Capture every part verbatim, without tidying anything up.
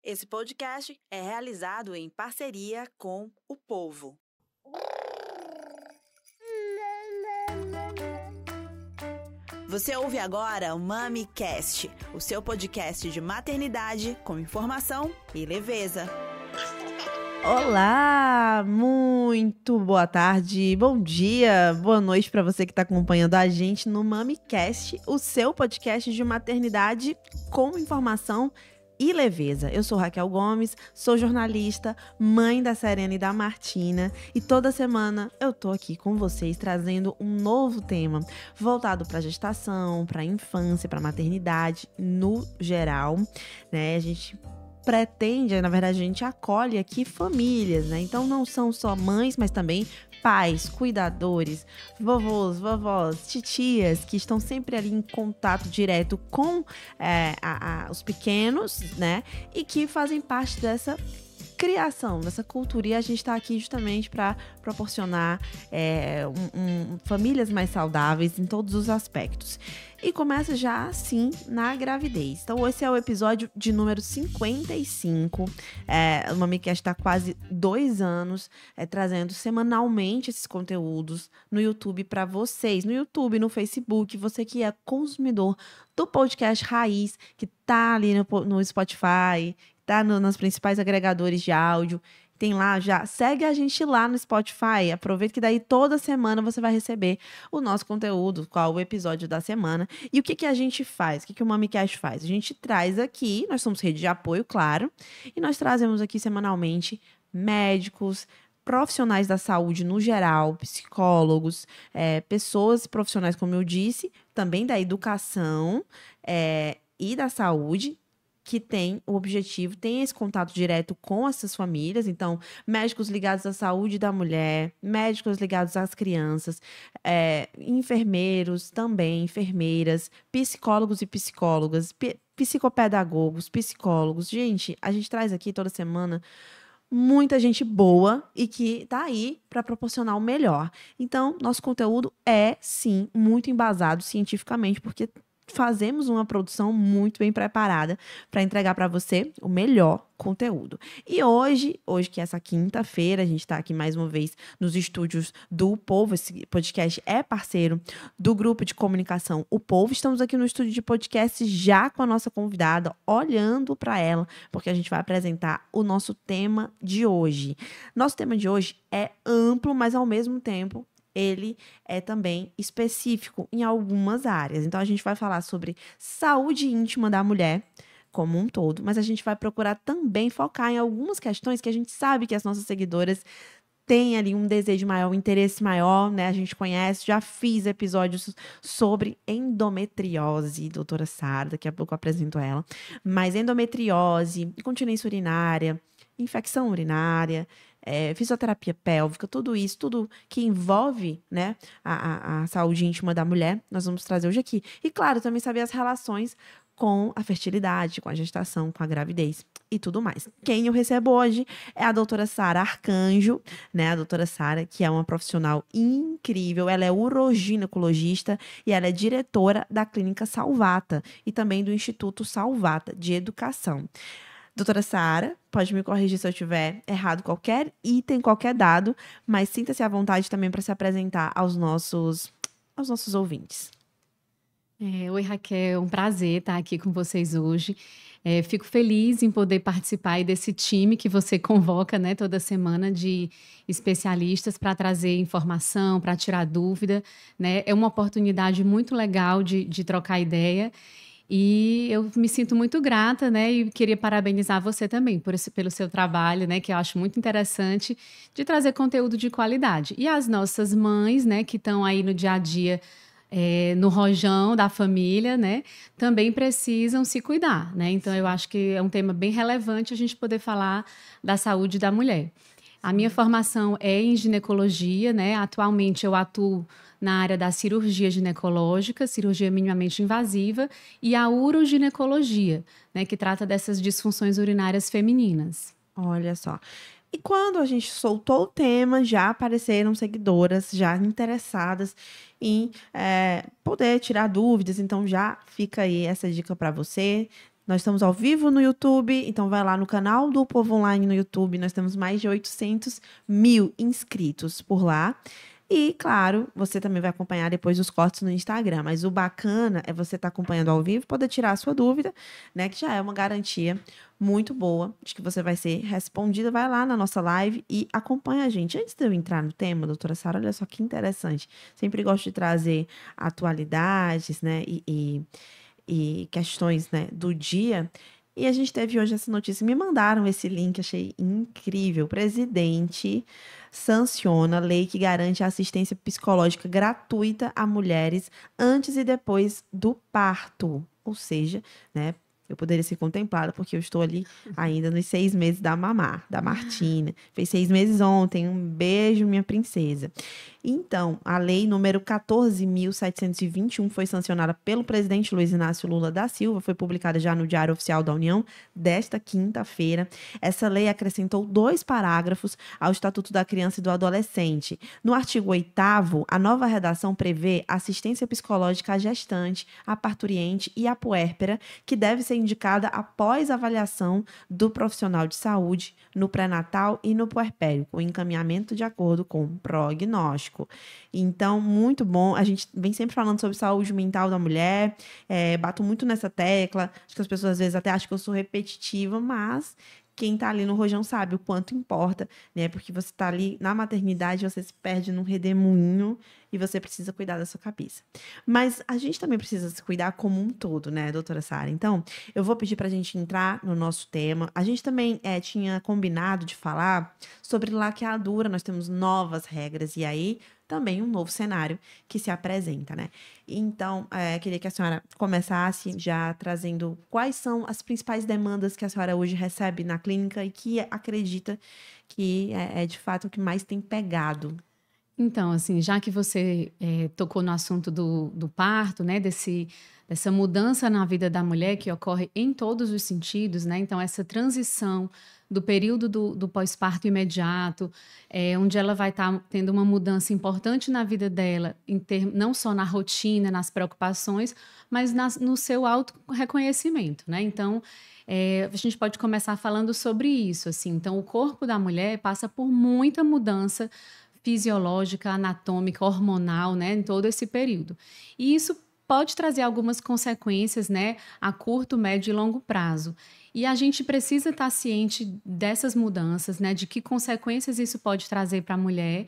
Esse podcast é realizado em parceria com o Povo. Você ouve agora o MamiCast, o seu podcast de maternidade com informação e leveza. Olá, muito boa tarde, bom dia, boa noite para você que está acompanhando a gente no MamiCast, o seu podcast de maternidade com informação e leveza. Eu sou Raquel Gomes, sou jornalista, mãe da Serena e da Martina, e toda semana eu tô aqui com vocês trazendo um novo tema voltado para gestação, para infância, para maternidade no geral, né? A gente pretende, na verdade, a gente acolhe aqui famílias, né? Então não são só mães, mas também pais, cuidadores, vovôs, vovós, titias, que estão sempre ali em contato direto com é, a, a, os pequenos, né? E que fazem parte dessa criação, dessa cultura. E a gente está aqui justamente para proporcionar é, um, um, famílias mais saudáveis em todos os aspectos. E começa já assim na gravidez. Então esse é o episódio de número cinquenta e cinco. É, o MamiCast está quase dois anos é, trazendo semanalmente esses conteúdos no YouTube para vocês. No YouTube, no Facebook, você que é consumidor do podcast Raiz, que tá ali no, no Spotify, tá no, nos principais agregadores de áudio. Tem lá já, segue a gente lá no Spotify, aproveita que daí toda semana você vai receber o nosso conteúdo, qual o episódio da semana. E o que, que a gente faz? O que, que o MamiCast faz? A gente traz aqui, nós somos rede de apoio, claro, e nós trazemos aqui semanalmente médicos, profissionais da saúde no geral, psicólogos, é, pessoas profissionais, como eu disse, também da educação é, e da saúde, que tem o objetivo, tem esse contato direto com essas famílias. Então, médicos ligados à saúde da mulher, médicos ligados às crianças, é, enfermeiros também, enfermeiras, psicólogos e psicólogas, psicopedagogos, psicólogos. Gente, a gente traz aqui toda semana muita gente boa e que tá aí para proporcionar o melhor. Então, nosso conteúdo é, sim, muito embasado cientificamente, porque fazemos uma produção muito bem preparada para entregar para você o melhor conteúdo. E hoje, hoje que é essa quinta-feira, a gente está aqui mais uma vez nos estúdios do Povo. Esse podcast é parceiro do grupo de comunicação O Povo. Estamos aqui no estúdio de podcast já com a nossa convidada, olhando para ela, porque a gente vai apresentar o nosso tema de hoje. Nosso tema de hoje é amplo, mas ao mesmo tempo ele é também específico em algumas áreas. Então, a gente vai falar sobre saúde íntima da mulher como um todo, mas a gente vai procurar também focar em algumas questões que a gente sabe que as nossas seguidoras têm ali um desejo maior, um interesse maior, né? A gente conhece, já fiz episódios sobre endometriose, doutora Sara, daqui a pouco eu apresento ela, mas endometriose, incontinência urinária, infecção urinária, É, fisioterapia pélvica, tudo isso, tudo que envolve, né, a, a, a saúde íntima da mulher, nós vamos trazer hoje aqui. E, claro, também saber as relações com a fertilidade, com a gestação, com a gravidez e tudo mais. Quem eu recebo hoje é a doutora Sara Arcanjo, né, a doutora Sara, que é uma profissional incrível, ela é uroginecologista e ela é diretora da Clínica Salvata e também do Instituto Salvata de Educação. Doutora Sara, pode me corrigir se eu tiver errado qualquer item, qualquer dado, mas sinta-se à vontade também para se apresentar aos nossos, aos nossos ouvintes. É, oi, Raquel, um prazer estar aqui com vocês hoje. É, fico feliz em poder participar desse time que você convoca, né, toda semana de especialistas para trazer informação, para tirar dúvida, né? É uma oportunidade muito legal de, de trocar ideia. E eu me sinto muito grata, né? E queria parabenizar você também por esse, pelo seu trabalho, né? Que eu acho muito interessante de trazer conteúdo de qualidade. E as nossas mães, né? Que estão aí no dia a dia, é, no rojão da família, né? Também precisam se cuidar, né? Então, eu acho que é um tema bem relevante a gente poder falar da saúde da mulher. A minha formação é em ginecologia, né? Atualmente eu atuo na área da cirurgia ginecológica, cirurgia minimamente invasiva, e a uroginecologia, né? Que trata dessas disfunções urinárias femininas. Olha só. E quando a gente soltou o tema, já apareceram seguidoras já interessadas em é, poder tirar dúvidas. Então, já fica aí essa dica para você. Nós estamos ao vivo no YouTube, então vai lá no canal do Povo Online no YouTube. Nós temos mais de oitocentos mil inscritos por lá. E, claro, você também vai acompanhar depois os cortes no Instagram. Mas o bacana é você estar acompanhando ao vivo, poder tirar a sua dúvida, né? Que já é uma garantia muito boa de que você vai ser respondida. Vai lá na nossa live e acompanha a gente. Antes de eu entrar no tema, doutora Sara, olha só que interessante. Sempre gosto de trazer atualidades, né? E, e, e questões, né, do dia. E a gente teve hoje essa notícia. Me mandaram esse link, achei incrível. O presidente sanciona lei que garante a assistência psicológica gratuita a mulheres antes e depois do parto. Ou seja, né, eu poderia ser contemplada porque eu estou ali ainda nos seis meses da mamá, da Martina. Fez seis meses ontem. Um beijo, minha princesa. Então, a lei número quatorze mil setecentos e vinte e um foi sancionada pelo presidente Luiz Inácio Lula da Silva, foi publicada já no Diário Oficial da União desta quinta-feira. Essa lei acrescentou dois parágrafos ao Estatuto da Criança e do Adolescente. No artigo oitavo, a nova redação prevê assistência psicológica à gestante, à parturiente e à puérpera, que deve ser indicada após avaliação do profissional de saúde no pré-natal e no puerpério, com encaminhamento de acordo com o prognóstico. Então, muito bom. A gente vem sempre falando sobre saúde mental da mulher, é, bato muito nessa tecla. Acho que as pessoas às vezes até acham que eu sou repetitiva, mas quem tá ali no rojão sabe o quanto importa, né? Porque você tá ali na maternidade, você se perde num redemoinho e você precisa cuidar da sua cabeça. Mas a gente também precisa se cuidar como um todo, né, doutora Sara? Então, eu vou pedir pra gente entrar no nosso tema. A gente também é, tinha combinado de falar sobre laqueadura. Nós temos novas regras e aí também um novo cenário que se apresenta, né? Então, é, queria que a senhora começasse já trazendo quais são as principais demandas que a senhora hoje recebe na clínica e que acredita que é, é de fato o que mais tem pegado. Então, assim, já que você é, tocou no assunto do, do parto, né, desse, dessa mudança na vida da mulher que ocorre em todos os sentidos, né? Então, essa transição do período do, do pós-parto imediato, é, onde ela vai estar tá tendo uma mudança importante na vida dela, em ter, não só na rotina, nas preocupações, mas nas, no seu auto-reconhecimento, né? Então, é, a gente pode começar falando sobre isso, assim. Então, o corpo da mulher passa por muita mudança fisiológica, anatômica, hormonal, né, em todo esse período. E isso pode trazer algumas consequências, né, a curto, médio e longo prazo. E a gente precisa estar ciente dessas mudanças, né, de que consequências isso pode trazer para a mulher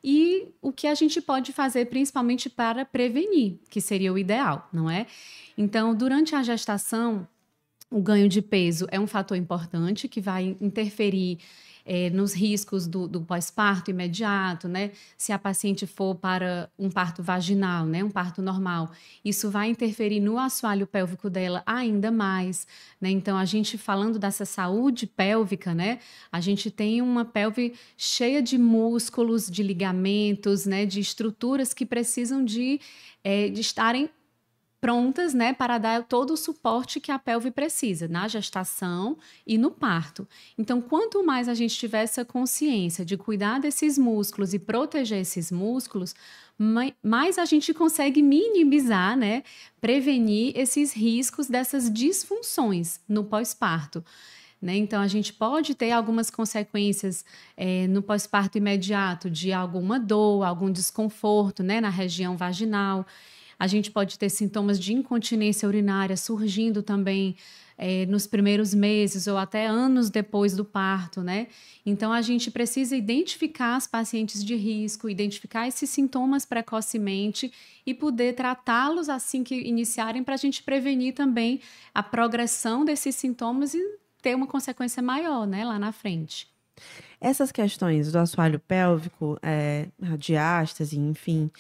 e o que a gente pode fazer principalmente para prevenir, que seria o ideal, não é? Então, durante a gestação, o ganho de peso é um fator importante que vai interferir É, nos riscos do, do pós-parto imediato, né? Se a paciente for para um parto vaginal, né? Um parto normal, isso vai interferir no assoalho pélvico dela ainda mais, né? Então, a gente falando dessa saúde pélvica, né? A gente tem uma pelve cheia de músculos, de ligamentos, né? De estruturas que precisam de, é, de estarem prontas, né, para dar todo o suporte que a pelve precisa na gestação e no parto. Então, quanto mais a gente tiver essa consciência de cuidar desses músculos e proteger esses músculos, mais a gente consegue minimizar, né, prevenir esses riscos dessas disfunções no pós-parto. Né? Então, a gente pode ter algumas consequências é, no pós-parto imediato de alguma dor, algum desconforto, né, na região vaginal. A gente pode ter sintomas de incontinência urinária surgindo também é, nos primeiros meses ou até anos depois do parto, né? Então, a gente precisa identificar as pacientes de risco, identificar esses sintomas precocemente e poder tratá-los assim que iniciarem para a gente prevenir também a progressão desses sintomas e ter uma consequência maior, né, lá na frente. Essas questões do assoalho pélvico, é, diástase, enfim...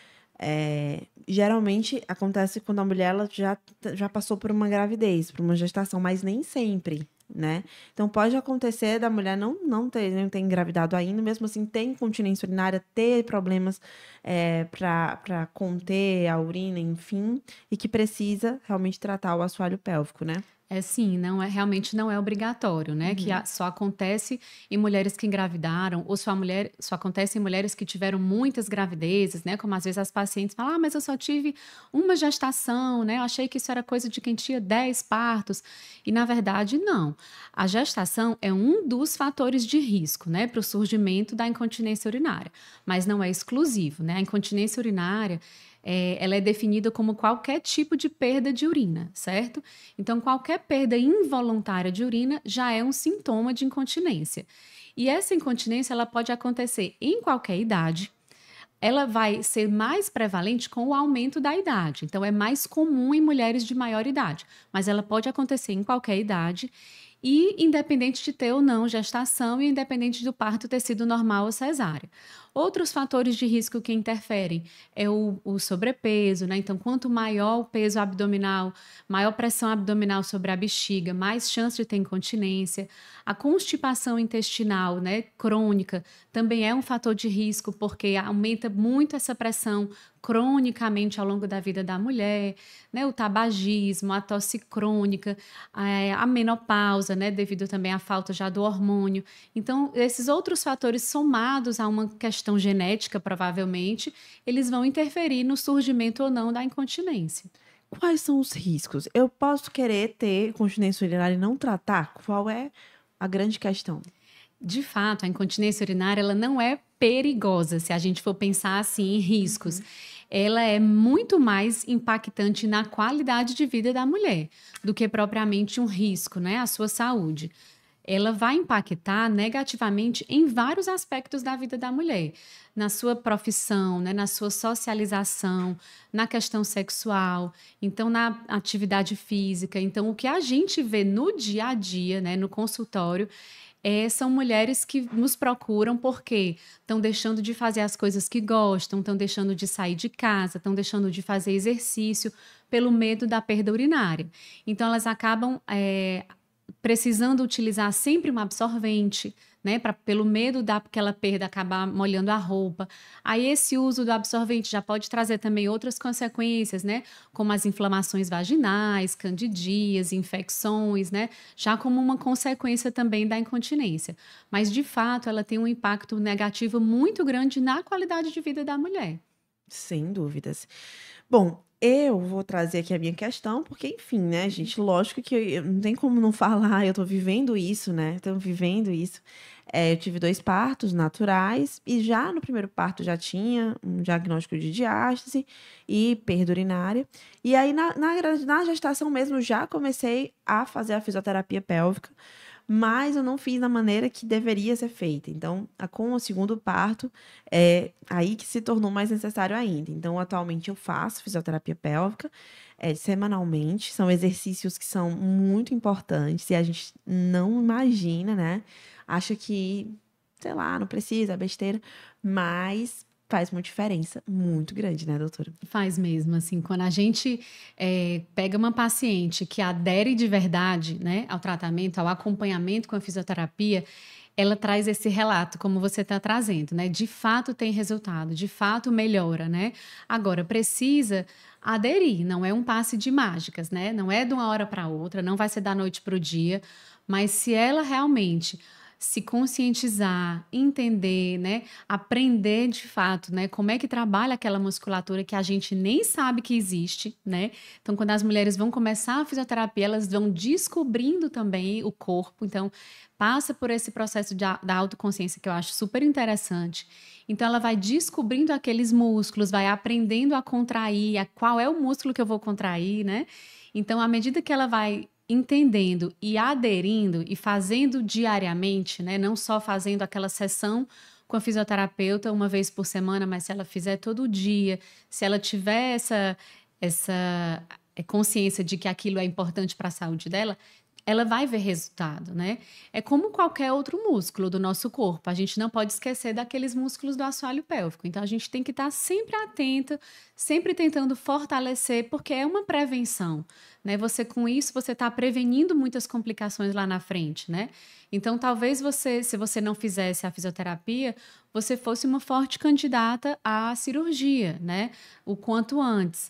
É, geralmente acontece quando a mulher ela já, já passou por uma gravidez, por uma gestação, mas nem sempre, né? Então pode acontecer da mulher não, não, ter, não ter engravidado ainda, mesmo assim ter incontinência urinária, ter problemas é, para conter a urina, enfim, e que precisa realmente tratar o assoalho pélvico, né? É sim, não é, realmente não é obrigatório, né? Uhum. Que a, só acontece em mulheres que engravidaram, ou só, mulher, só acontece em mulheres que tiveram muitas gravidezes, né? Como às vezes as pacientes falam, ah, mas eu só tive uma gestação, né? Eu achei que isso era coisa de quem tinha dez partos. E, na verdade, não. A gestação é um dos fatores de risco, né? Para o surgimento da incontinência urinária, mas não é exclusivo, né? A incontinência urinária, É, ela é definida como qualquer tipo de perda de urina, certo? Então, qualquer perda involuntária de urina já é um sintoma de incontinência. E essa incontinência, ela pode acontecer em qualquer idade. Ela vai ser mais prevalente com o aumento da idade. Então, é mais comum em mulheres de maior idade, mas ela pode acontecer em qualquer idade e independente de ter ou não gestação e independente do parto ter sido normal ou cesárea. Outros fatores de risco que interferem é o, o sobrepeso, né? Então, quanto maior o peso abdominal, maior pressão abdominal sobre a bexiga, mais chance de ter incontinência. A constipação intestinal, né, crônica, também é um fator de risco, porque aumenta muito essa pressão cronicamente ao longo da vida da mulher, né? O tabagismo, a tosse crônica, a, a menopausa, né? Devido também à falta já do hormônio. Então, esses outros fatores somados a uma questão genética, provavelmente, eles vão interferir no surgimento ou não da incontinência. Quais são os riscos? Eu posso querer ter incontinência urinária e não tratar? Qual é a grande questão? De fato, a incontinência urinária ela não é perigosa, se a gente for pensar assim em riscos. Uhum. Ela é muito mais impactante na qualidade de vida da mulher do que propriamente um risco, né, à sua saúde. Ela vai impactar negativamente em vários aspectos da vida da mulher. Na sua profissão, né, na sua socialização, na questão sexual, então na atividade física. Então, o que a gente vê no dia a dia, né, no consultório, É, são mulheres que nos procuram porque estão deixando de fazer as coisas que gostam, estão deixando de sair de casa, estão deixando de fazer exercício pelo medo da perda urinária. Então, elas acabam é, precisando utilizar sempre um absorvente, né, pra, pelo medo daquela perda acabar molhando a roupa. Aí esse uso do absorvente já pode trazer também outras consequências, né, como as inflamações vaginais, candidias, infecções, né, já como uma consequência também da incontinência. Mas, de fato, ela tem um impacto negativo muito grande na qualidade de vida da mulher. Sem dúvidas. Bom, eu vou trazer aqui a minha questão, porque, enfim, né, gente, lógico que eu, não tem como não falar, eu tô vivendo isso, né, tô vivendo isso. É, eu tive dois partos naturais e já no primeiro parto já tinha um diagnóstico de diástase e perda urinária. E aí, na, na, na gestação mesmo, já comecei a fazer a fisioterapia pélvica, mas eu não fiz da maneira que deveria ser feita. Então, a, com o segundo parto, é aí que se tornou mais necessário ainda. Então, atualmente eu faço fisioterapia pélvica é, semanalmente. São exercícios que são muito importantes e a gente não imagina, né? Acha que, sei lá, não precisa, é besteira, mas faz uma diferença muito grande, né, doutora? Faz mesmo, assim, quando a gente é, pega uma paciente que adere de verdade, né, ao tratamento, ao acompanhamento com a fisioterapia, ela traz esse relato, como você está trazendo, né, de fato tem resultado, de fato melhora, né, agora precisa aderir, não é um passe de mágicas, né, não é de uma hora para outra, não vai ser da noite para o dia, mas se ela realmente se conscientizar, entender, né, aprender de fato, né, como é que trabalha aquela musculatura que a gente nem sabe que existe, né? Então, quando as mulheres vão começar a fisioterapia, elas vão descobrindo também o corpo, então passa por esse processo de, da autoconsciência que eu acho super interessante. Então, ela vai descobrindo aqueles músculos, vai aprendendo a contrair, a qual é o músculo que eu vou contrair, né? Então, à medida que ela vai entendendo e aderindo e fazendo diariamente, né? Não só fazendo aquela sessão com a fisioterapeuta uma vez por semana, mas se ela fizer todo dia, se ela tiver essa, essa consciência de que aquilo é importante para a saúde dela, ela vai ver resultado, né? É como qualquer outro músculo do nosso corpo. A gente não pode esquecer daqueles músculos do assoalho pélvico. Então, a gente tem que estar sempre atento, sempre tentando fortalecer, porque é uma prevenção, né? Você, com isso, você está prevenindo muitas complicações lá na frente, né? Então, talvez você, se você não fizesse a fisioterapia, você fosse uma forte candidata à cirurgia, né? O quanto antes.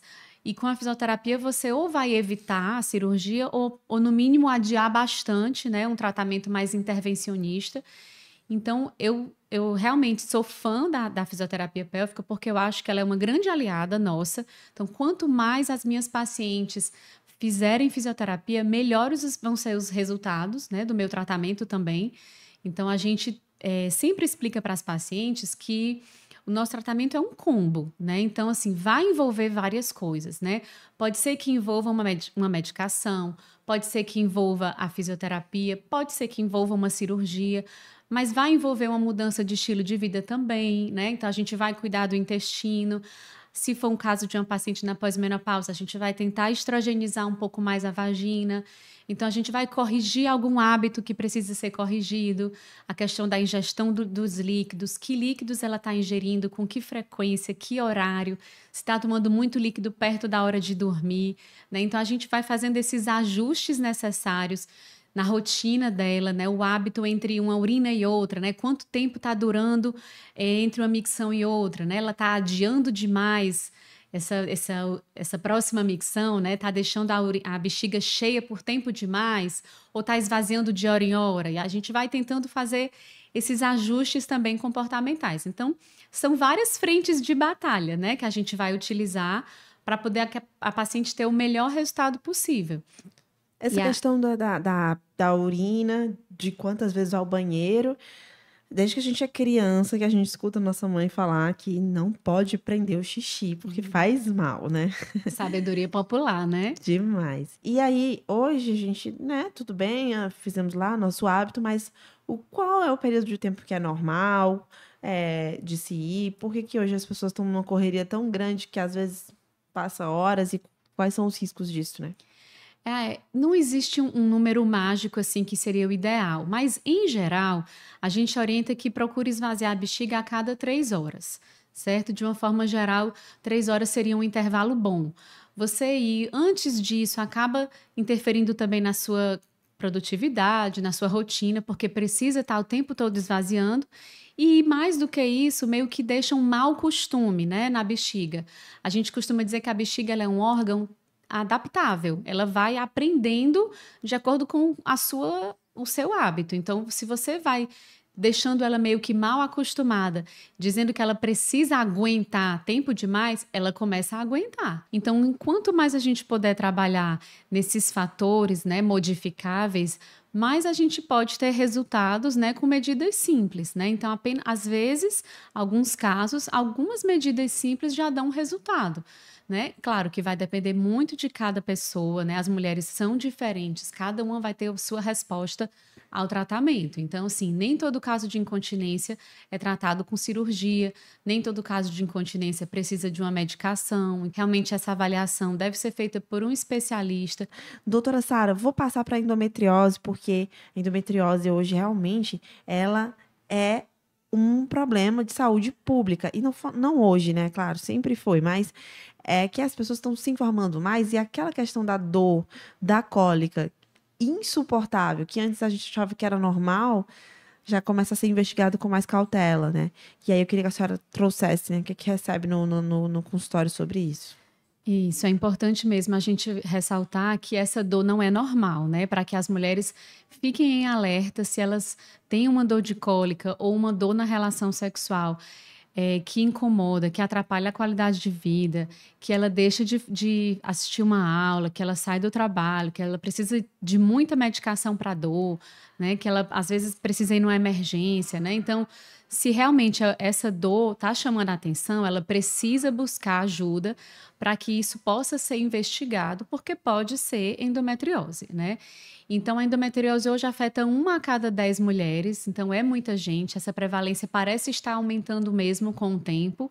E com a fisioterapia você ou vai evitar a cirurgia ou, ou no mínimo adiar bastante, né, um tratamento mais intervencionista. Então, eu, eu realmente sou fã da, da fisioterapia pélvica porque eu acho que ela é uma grande aliada nossa. Então, quanto mais as minhas pacientes fizerem fisioterapia, melhores vão ser os resultados, né, do meu tratamento também. Então, a gente é, sempre explica para as pacientes que o nosso tratamento é um combo, né? Então, assim, vai envolver várias coisas, né? Pode ser que envolva uma, med- uma medicação, pode ser que envolva a fisioterapia, pode ser que envolva uma cirurgia, mas vai envolver uma mudança de estilo de vida também, né? Então, a gente vai cuidar do intestino. Se for um caso de uma paciente na pós-menopausa, a gente vai tentar estrogenizar um pouco mais a vagina. Então, a gente vai corrigir algum hábito que precisa ser corrigido, a questão da ingestão do, dos líquidos, que líquidos ela está ingerindo, com que frequência, que horário, se está tomando muito líquido perto da hora de dormir, né? Então, a gente vai fazendo esses ajustes necessários na rotina dela, né? O hábito entre uma urina e outra, né? Quanto tempo está durando é, entre uma micção e outra, né? Ela está adiando demais essa, essa, essa próxima micção, né? Está deixando a, uri- a bexiga cheia por tempo demais ou está esvaziando de hora em hora. E a gente vai tentando fazer esses ajustes também comportamentais. Então, são várias frentes de batalha, né? Que a gente vai utilizar para poder a, a paciente ter o melhor resultado possível. Essa E a- questão da, da, da, da urina, de quantas vezes vai ao banheiro, desde que a gente é criança, que a gente escuta a nossa mãe falar que não pode prender o xixi, porque faz mal, né? Sabedoria popular, né? Demais. E aí, hoje a gente, né, tudo bem, ah, fizemos lá nosso hábito, mas o qual é o período de tempo que é normal, é, de se ir? Por que que hoje as pessoas estão numa correria tão grande que às vezes passa horas e quais são os riscos disso, né? É, não existe um, um número mágico assim que seria o ideal, mas em geral a gente orienta que procure esvaziar a bexiga a cada três horas, certo? De uma forma geral, três horas seria um intervalo bom. Você ir antes disso acaba interferindo também na sua produtividade, na sua rotina, porque precisa estar o tempo todo esvaziando. E mais do que isso, meio que deixa um mau costume, né, na bexiga. A gente costuma dizer que a bexiga ela é um órgão adaptável, ela vai aprendendo de acordo com a sua, o seu hábito. Então, se você vai deixando ela meio que mal acostumada, dizendo que ela precisa aguentar tempo demais, ela começa a aguentar. Então, enquanto mais a gente puder trabalhar nesses fatores, né, modificáveis, mais a gente pode ter resultados, né, com medidas simples, né? Então, apenas, às vezes, alguns casos, algumas medidas simples já dão resultado. Né? Claro que vai depender muito de cada pessoa, né? As mulheres são diferentes, cada uma vai ter a sua resposta ao tratamento. Então, assim, nem todo caso de incontinência é tratado com cirurgia, nem todo caso de incontinência precisa de uma medicação. Realmente, essa avaliação deve ser feita por um especialista. Doutora Sara, vou passar para endometriose, porque a endometriose hoje realmente ela é um problema de saúde pública. E não, fo- não hoje, né? Claro, sempre foi, mas é que as pessoas estão se informando mais e aquela questão da dor, da cólica insuportável, que antes a gente achava que era normal, já começa a ser investigado com mais cautela, né? E aí eu queria que a senhora trouxesse, né? O que, que recebe no, no, no, no consultório sobre isso. Isso, é importante mesmo a gente ressaltar que essa dor não é normal, né? Para que as mulheres fiquem em alerta se elas têm uma dor de cólica ou uma dor na relação sexual é, que incomoda, que atrapalha a qualidade de vida, que ela deixa de, de assistir uma aula, que ela sai do trabalho, que ela precisa de muita medicação para dor, né? Que ela às vezes precisa ir numa emergência, né? Então, se realmente a- essa dor está chamando a atenção, ela precisa buscar ajuda para que isso possa ser investigado, porque pode ser endometriose, né? Então, a endometriose hoje afeta uma a cada dez mulheres, então é muita gente. Essa prevalência parece estar aumentando mesmo com o tempo.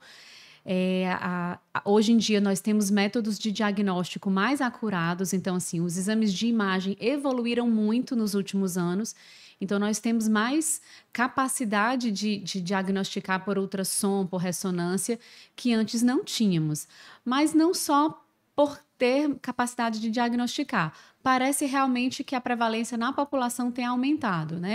É, a- a- hoje em dia, nós temos métodos de diagnóstico mais acurados, então, assim, os exames de imagem evoluíram muito nos últimos anos. Então, nós temos mais capacidade de, de diagnosticar por ultrassom, por ressonância, que antes não tínhamos. Mas não só por ter capacidade de diagnosticar. Parece realmente que a prevalência na população tem aumentado, né?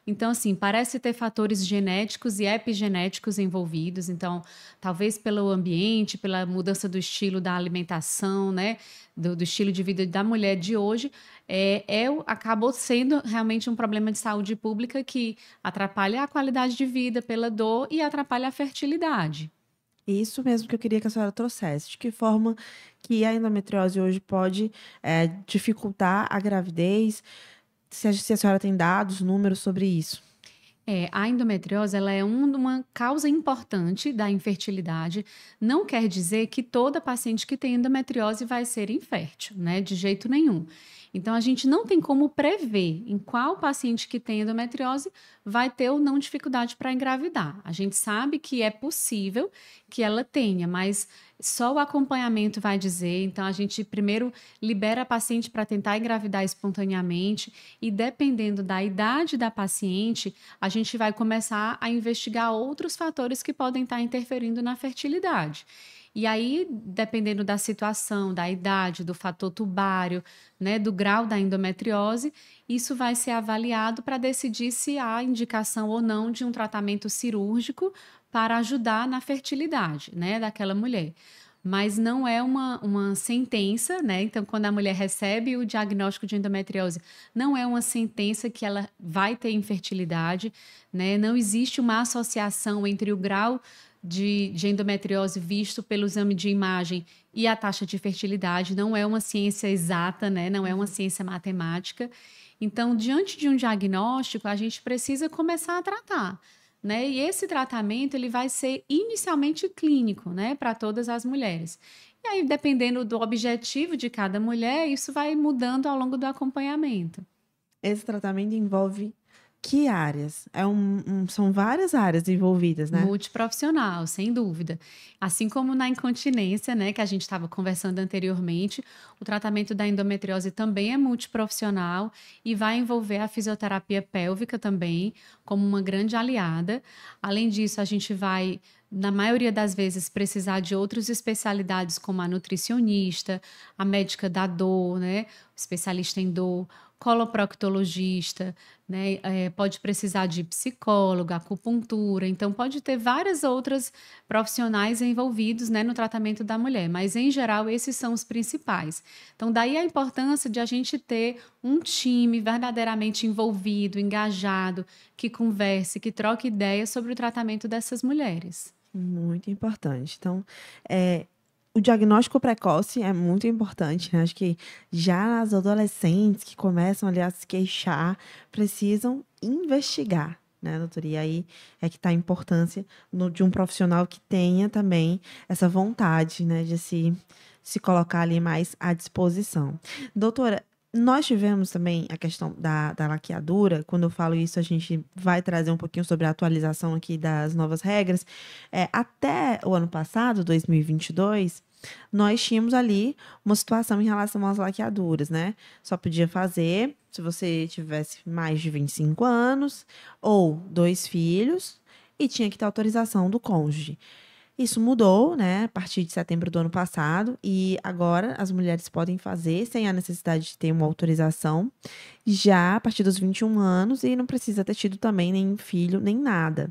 Então, assim, parece ter fatores genéticos e epigenéticos envolvidos. Então, talvez pelo ambiente, pela mudança do estilo da alimentação, né? Do, do estilo de vida da mulher de hoje, é, é, acabou sendo realmente um problema de saúde pública que atrapalha a qualidade de vida pela dor e atrapalha a fertilidade. Isso mesmo que eu queria que a senhora trouxesse. De que forma que a endometriose hoje pode é, dificultar a gravidez? Se a, se a senhora tem dados, números sobre isso. É, a endometriose ela é um, uma causa importante da infertilidade. Não quer dizer que toda paciente que tem endometriose vai ser infértil, né? De jeito nenhum. Então, a gente não tem como prever em qual paciente que tem endometriose vai ter ou não dificuldade para engravidar. A gente sabe que é possível que ela tenha, mas só o acompanhamento vai dizer. Então, a gente primeiro libera a paciente para tentar engravidar espontaneamente e, dependendo da idade da paciente, a gente vai começar a investigar outros fatores que podem estar interferindo na fertilidade. E aí, dependendo da situação, da idade, do fator tubário, né, do grau da endometriose, isso vai ser avaliado para decidir se há indicação ou não de um tratamento cirúrgico para ajudar na fertilidade, né, daquela mulher. Mas não é uma, uma sentença, né? Então, quando a mulher recebe o diagnóstico de endometriose, não é uma sentença que ela vai ter infertilidade, né? Não existe uma associação entre o grau De, de endometriose visto pelo exame de imagem e a taxa de fertilidade. Não é uma ciência exata, né? Não é uma ciência matemática. Então, diante de um diagnóstico, a gente precisa começar a tratar, né? E esse tratamento ele vai ser inicialmente clínico, né? Para todas as mulheres. E aí, dependendo do objetivo de cada mulher, isso vai mudando ao longo do acompanhamento. Esse tratamento envolve que áreas? É um, um, são várias áreas envolvidas, né? Multiprofissional, sem dúvida. Assim como na incontinência, né, que a gente estava conversando anteriormente, o tratamento da endometriose também é multiprofissional e vai envolver a fisioterapia pélvica também, como uma grande aliada. Além disso, a gente vai, na maioria das vezes, precisar de outras especialidades, como a nutricionista, a médica da dor, né, o especialista em dor, coloproctologista, né? É, pode precisar de psicólogo, acupuntura, então pode ter várias outras profissionais envolvidos, né, no tratamento da mulher, mas em geral esses são os principais. Então daí a importância de a gente ter um time verdadeiramente envolvido, engajado, que converse, que troque ideias sobre o tratamento dessas mulheres. Muito importante. Então, é, o diagnóstico precoce é muito importante, né? Acho que já as adolescentes que começam ali a se queixar precisam investigar, né, doutora? E aí é que está a importância no, de um profissional que tenha também essa vontade, né, de se, se colocar ali mais à disposição. Doutora, nós tivemos também a questão da, da laqueadura. Quando eu falo isso, a gente vai trazer um pouquinho sobre a atualização aqui das novas regras. É, até o ano passado, dois mil e vinte e dois, nós tínhamos ali uma situação em relação às laqueaduras, né? Só podia fazer se você tivesse mais de vinte e cinco anos ou dois filhos e tinha que ter autorização do cônjuge. Isso mudou, né, a partir de setembro do ano passado, e agora as mulheres podem fazer sem a necessidade de ter uma autorização, já a partir dos vinte e um anos, e não precisa ter tido também nem filho, nem nada.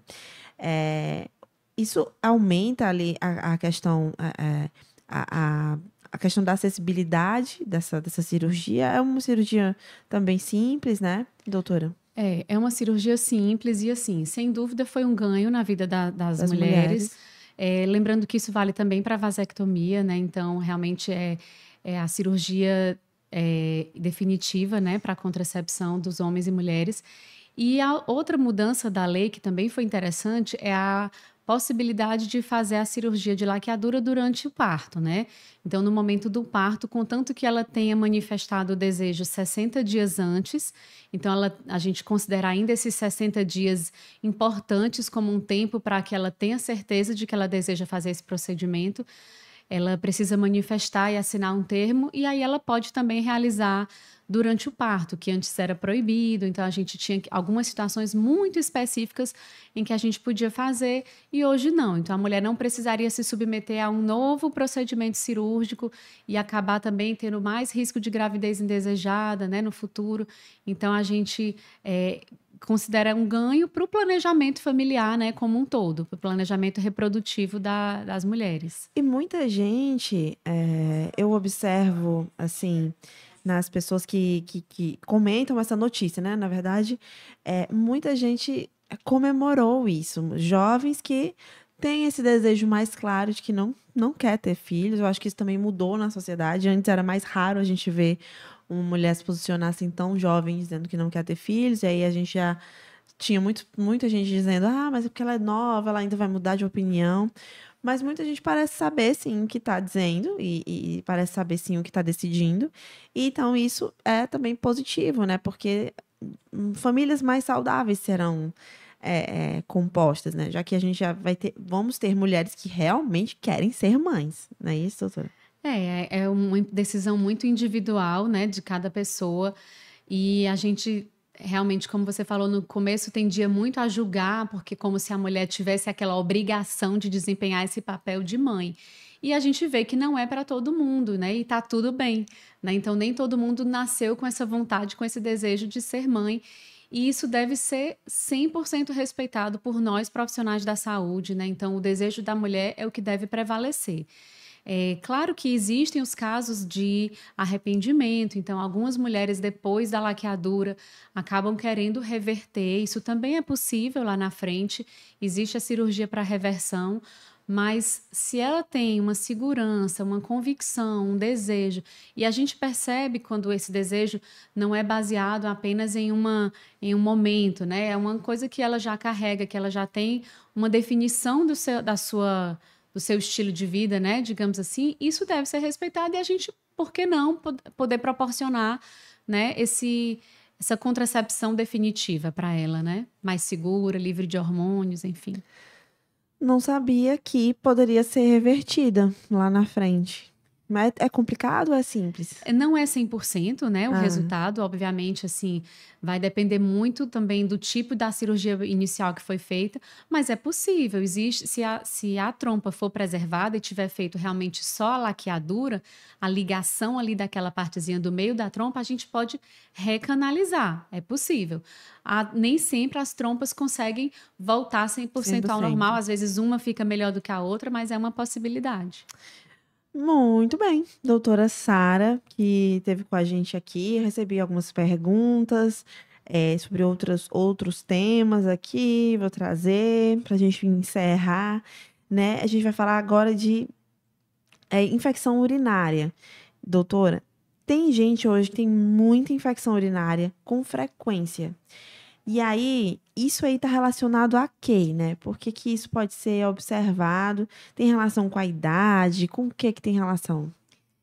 É, isso aumenta ali a, a questão, a, a, a questão da acessibilidade dessa, dessa cirurgia. É uma cirurgia também simples, né, doutora? É, é uma cirurgia simples e, assim, sem dúvida foi um ganho na vida da, das, das mulheres. mulheres. É, lembrando que isso vale também para a vasectomia, né? Então, realmente, é, é a cirurgia é, definitiva, né, para a contracepção dos homens e mulheres. E a outra mudança da lei, que também foi interessante, é a possibilidade de fazer a cirurgia de laqueadura durante o parto, né? Então, no momento do parto, contanto que ela tenha manifestado o desejo sessenta dias antes, então ela, a gente considera ainda esses sessenta dias importantes como um tempo para que ela tenha certeza de que ela deseja fazer esse procedimento, ela precisa manifestar e assinar um termo, e aí ela pode também realizar durante o parto, que antes era proibido. Então, a gente tinha algumas situações muito específicas em que a gente podia fazer e hoje não. Então, a mulher não precisaria se submeter a um novo procedimento cirúrgico e acabar também tendo mais risco de gravidez indesejada, né, no futuro. Então, a gente é, considera um ganho para o planejamento familiar, né, como um todo, para o planejamento reprodutivo da, das mulheres. E muita gente, é, eu observo, assim, nas pessoas que, que, que comentam essa notícia, né? Na verdade, é, muita gente comemorou isso. Jovens que têm esse desejo mais claro de que não, não quer ter filhos. Eu acho que isso também mudou na sociedade. Antes era mais raro a gente ver uma mulher se posicionar assim tão jovem dizendo que não quer ter filhos. E aí a gente já tinha muito, muita gente dizendo, ah, mas é porque ela é nova, ela ainda vai mudar de opinião. Mas muita gente parece saber, sim, o que está dizendo e, e parece saber, sim, o que está decidindo. E, então, isso é também positivo, né? Porque hum, famílias mais saudáveis serão é, é, compostas, né? Já que a gente já vai ter... Vamos ter mulheres que realmente querem ser mães, não é isso, doutora? É, é uma decisão muito individual, né, de cada pessoa. E a gente... Realmente, como você falou no começo, tendia muito a julgar, porque como se a mulher tivesse aquela obrigação de desempenhar esse papel de mãe. E a gente vê que não é para todo mundo, né? E tá tudo bem, né? Então, nem todo mundo nasceu com essa vontade, com esse desejo de ser mãe. E isso deve ser cem por cento respeitado por nós, profissionais da saúde, né? Então, o desejo da mulher é o que deve prevalecer. É claro que existem os casos de arrependimento, então algumas mulheres depois da laqueadura acabam querendo reverter, isso também é possível lá na frente, existe a cirurgia para reversão, mas se ela tem uma segurança, uma convicção, um desejo, e a gente percebe quando esse desejo não é baseado apenas em, uma, em um momento, né? É uma coisa que ela já carrega, que ela já tem uma definição do seu, da sua... do seu estilo de vida, né, digamos assim, isso deve ser respeitado e a gente, por que não, poder proporcionar, né, esse, essa contracepção definitiva para ela, né, mais segura, livre de hormônios, enfim. Não sabia que poderia ser revertida lá na frente. Mas é complicado ou é simples? Não é cem por cento, né, o Ah. resultado, obviamente, assim, vai depender muito também do tipo da cirurgia inicial que foi feita, mas é possível, existe, se a, se a trompa for preservada e tiver feito realmente só a laqueadura, a ligação ali daquela partezinha do meio da trompa, a gente pode recanalizar, é possível. A, nem sempre as trompas conseguem voltar cem por cento ao normal, às vezes uma fica melhor do que a outra, mas é uma possibilidade. Muito bem, doutora Sara, que esteve com a gente aqui, eu recebi algumas perguntas é, sobre outros, outros temas aqui, vou trazer para a gente encerrar, né? A gente vai falar agora de é, infecção urinária. Doutora, tem gente hoje que tem muita infecção urinária com frequência. E aí, isso aí está relacionado a quê, né? Por que que isso pode ser observado? Tem relação com a idade? Com o que que tem relação?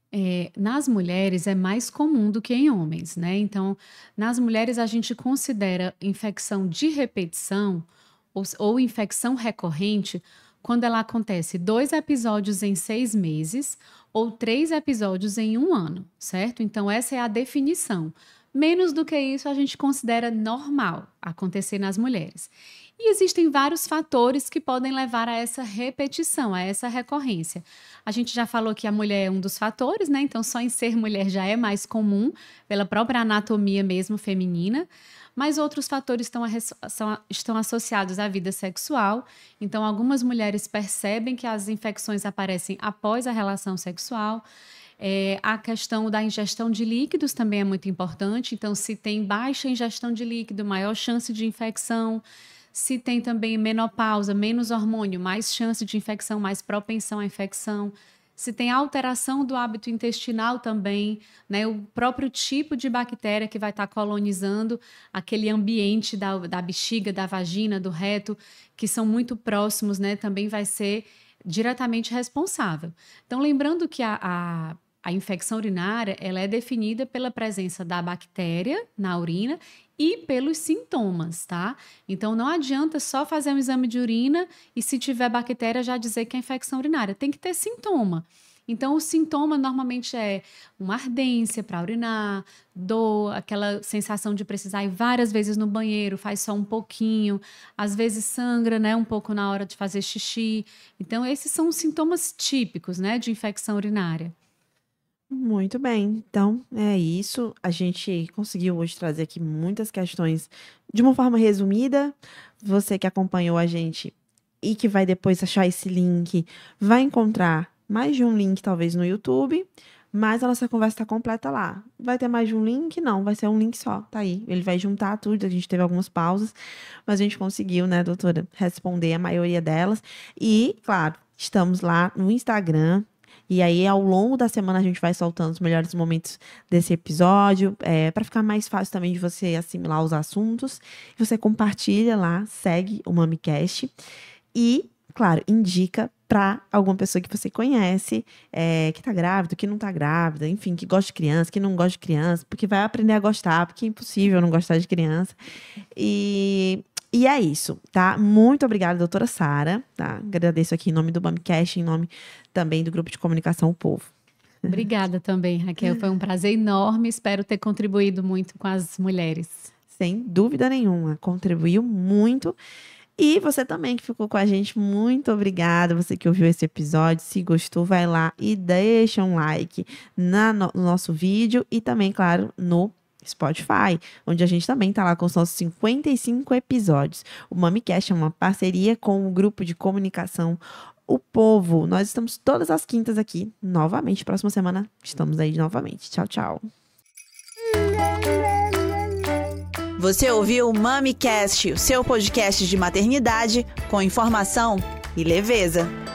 É, nas mulheres é mais comum do que em homens, né? Então, nas mulheres a gente considera infecção de repetição ou, ou infecção recorrente quando ela acontece dois episódios em seis meses ou três episódios em um ano, certo? Então, essa é a definição. Menos do que isso, a gente considera normal acontecer nas mulheres. E existem vários fatores que podem levar a essa repetição, a essa recorrência. A gente já falou que a mulher é um dos fatores, né? Então, só em ser mulher já é mais comum, pela própria anatomia mesmo feminina. Mas outros fatores estão, a, são, estão associados à vida sexual. Então, algumas mulheres percebem que as infecções aparecem após a relação sexual. É, a questão da ingestão de líquidos também é muito importante. Então, se tem baixa ingestão de líquido, maior chance de infecção. Se tem também menopausa, menos hormônio, mais chance de infecção, mais propensão à infecção. Se tem alteração do hábito intestinal também, né, o próprio tipo de bactéria que vai estar colonizando aquele ambiente da, da bexiga, da vagina, do reto, que são muito próximos, né, também vai ser diretamente responsável. Então, lembrando que a, a A infecção urinária ela é definida pela presença da bactéria na urina e pelos sintomas, tá? Então, não adianta só fazer um exame de urina e, se tiver bactéria, já dizer que é infecção urinária. Tem que ter sintoma. Então, o sintoma normalmente é uma ardência para urinar, dor, aquela sensação de precisar ir várias vezes no banheiro, faz só um pouquinho, às vezes sangra, né, um pouco na hora de fazer xixi. Então, esses são os sintomas típicos, né, de infecção urinária. Muito bem, então é isso. A gente conseguiu hoje trazer aqui muitas questões de uma forma resumida. Você que acompanhou a gente e que vai depois achar esse link, vai encontrar mais de um link talvez no YouTube, mas a nossa conversa está completa lá. Vai ter mais de um link? Não, vai ser um link só, tá aí. Ele vai juntar tudo, a gente teve algumas pausas, mas a gente conseguiu, né, doutora, responder a maioria delas. E, claro, estamos lá no Instagram. E aí, ao longo da semana, a gente vai soltando os melhores momentos desse episódio, é, para ficar mais fácil também de você assimilar os assuntos. Você compartilha lá, segue o MamiCast e, claro, indica para alguma pessoa que você conhece, é, que tá grávida, que não tá grávida, enfim, que gosta de criança, que não gosta de criança, porque vai aprender a gostar, porque é impossível não gostar de criança. E... E é isso, tá? Muito obrigada, doutora Sara, tá? Agradeço aqui em nome do MamiCast, em nome também do Grupo de Comunicação O Povo. Obrigada também, Raquel. Foi um prazer enorme. Espero ter contribuído muito com as mulheres. Sem dúvida nenhuma, contribuiu muito. E você também que ficou com a gente, muito obrigada. Você que ouviu esse episódio, se gostou, vai lá e deixa um like na, no, no nosso vídeo e também, claro, no Spotify, onde a gente também tá lá com os nossos cinquenta e cinco episódios. O MamiCast é uma parceria com o grupo de comunicação O Povo. Nós estamos todas as quintas aqui, novamente. Próxima semana estamos aí novamente. Tchau, tchau. Você ouviu o MamiCast, o seu podcast de maternidade com informação e leveza.